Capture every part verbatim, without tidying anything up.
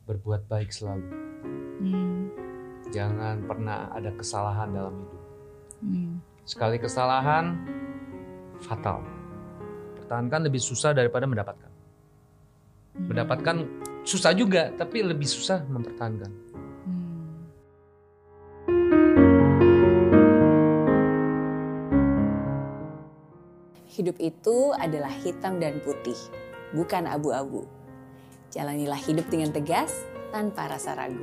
berbuat baik selalu. Hmm. Jangan pernah ada kesalahan dalam hidup. Hmm. Sekali kesalahan, fatal. Pertahankan lebih susah daripada mendapatkan. Hmm. Mendapatkan susah juga, tapi lebih susah mempertahankan. Hmm. Hidup itu adalah hitam dan putih, bukan abu-abu. Jalanilah hidup dengan tegas, tanpa rasa ragu.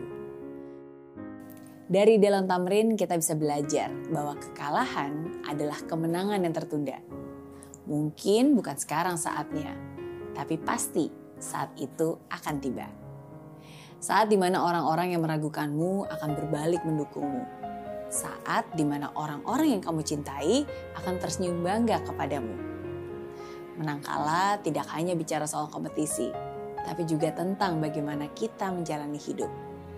Dari Delon Thamrin kita bisa belajar bahwa kekalahan adalah kemenangan yang tertunda. Mungkin bukan sekarang saatnya, tapi pasti saat itu akan tiba. Saat dimana orang-orang yang meragukanmu akan berbalik mendukungmu. Saat dimana orang-orang yang kamu cintai akan tersenyum bangga kepadamu. Menang kalah tidak hanya bicara soal kompetisi, tapi juga tentang bagaimana kita menjalani hidup.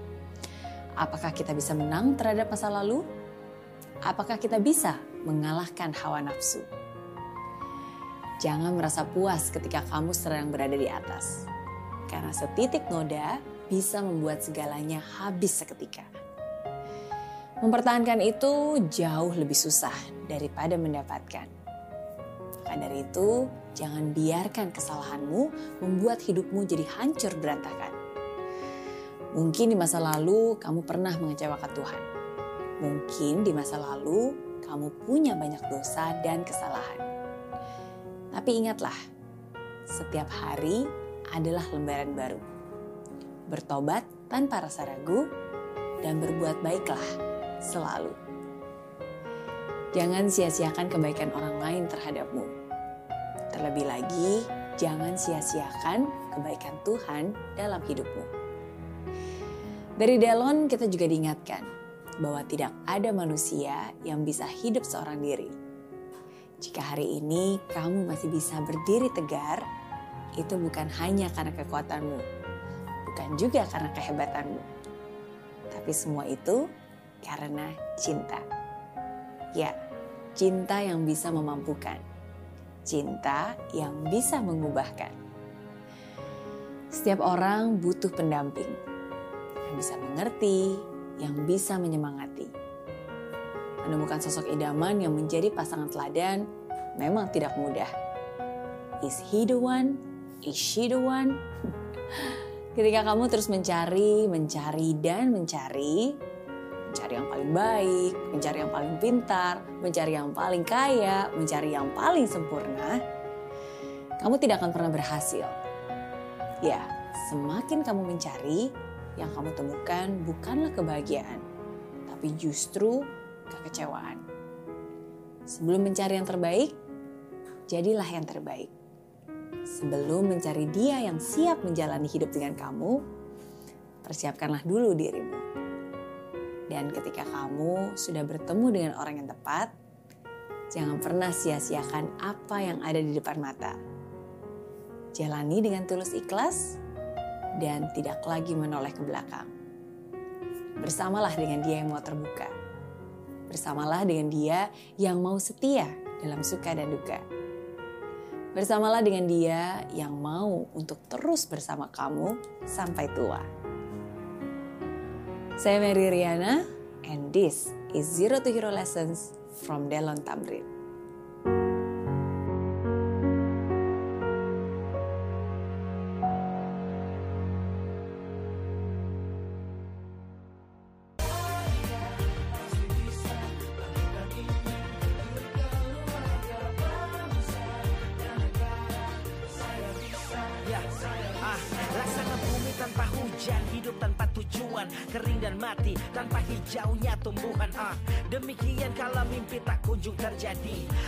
Apakah kita bisa menang terhadap masa lalu? Apakah kita bisa mengalahkan hawa nafsu? Jangan merasa puas ketika kamu sedang berada di atas. Karena setitik noda bisa membuat segalanya habis seketika. Mempertahankan itu jauh lebih susah daripada mendapatkan. Maka dari itu, jangan biarkan kesalahanmu membuat hidupmu jadi hancur berantakan. Mungkin di masa lalu kamu pernah mengecewakan Tuhan. Mungkin di masa lalu kamu punya banyak dosa dan kesalahan. Tapi ingatlah, setiap hari adalah lembaran baru. Bertobat tanpa rasa ragu dan berbuat baiklah selalu. Jangan sia-siakan kebaikan orang lain terhadapmu. Terlebih lagi, jangan sia-siakan kebaikan Tuhan dalam hidupmu. Dari Delon kita juga diingatkan bahwa tidak ada manusia yang bisa hidup seorang diri. Jika hari ini kamu masih bisa berdiri tegar, itu bukan hanya karena kekuatanmu, bukan juga karena kehebatanmu, tapi semua itu karena cinta. Ya, cinta yang bisa memampukan, cinta yang bisa mengubahkan. Setiap orang butuh pendamping yang bisa mengerti, yang bisa menyemangati. Menemukan sosok idaman yang menjadi pasangan teladan memang tidak mudah. Is he the one? Is she the one? Ketika kamu terus mencari, mencari, dan mencari, mencari yang paling baik, mencari yang paling pintar, mencari yang paling kaya, mencari yang paling sempurna, kamu tidak akan pernah berhasil. Ya, semakin kamu mencari, yang kamu temukan bukanlah kebahagiaan, tapi justru kekecewaan. Sebelum mencari yang terbaik, jadilah yang terbaik. Sebelum mencari dia yang siap menjalani hidup dengan kamu, persiapkanlah dulu dirimu. Dan ketika kamu sudah bertemu dengan orang yang tepat, jangan pernah sia-siakan apa yang ada di depan mata. Jalani dengan tulus ikhlas dan tidak lagi menoleh ke belakang. Bersamalah dengan dia yang mau terbuka. Bersamalah dengan dia yang mau setia dalam suka dan duka. Bersamalah dengan dia yang mau untuk terus bersama kamu sampai tua. Saya Mary Riana, and this is Zero to Hero Lessons from Delon Thamrin. Laksana bumi tanpa hujan, hidup tanpa tujuan, kering dan mati tanpa hijaunya tumbuhan. Ah, demikian kala mimpi tak kunjung terjadi.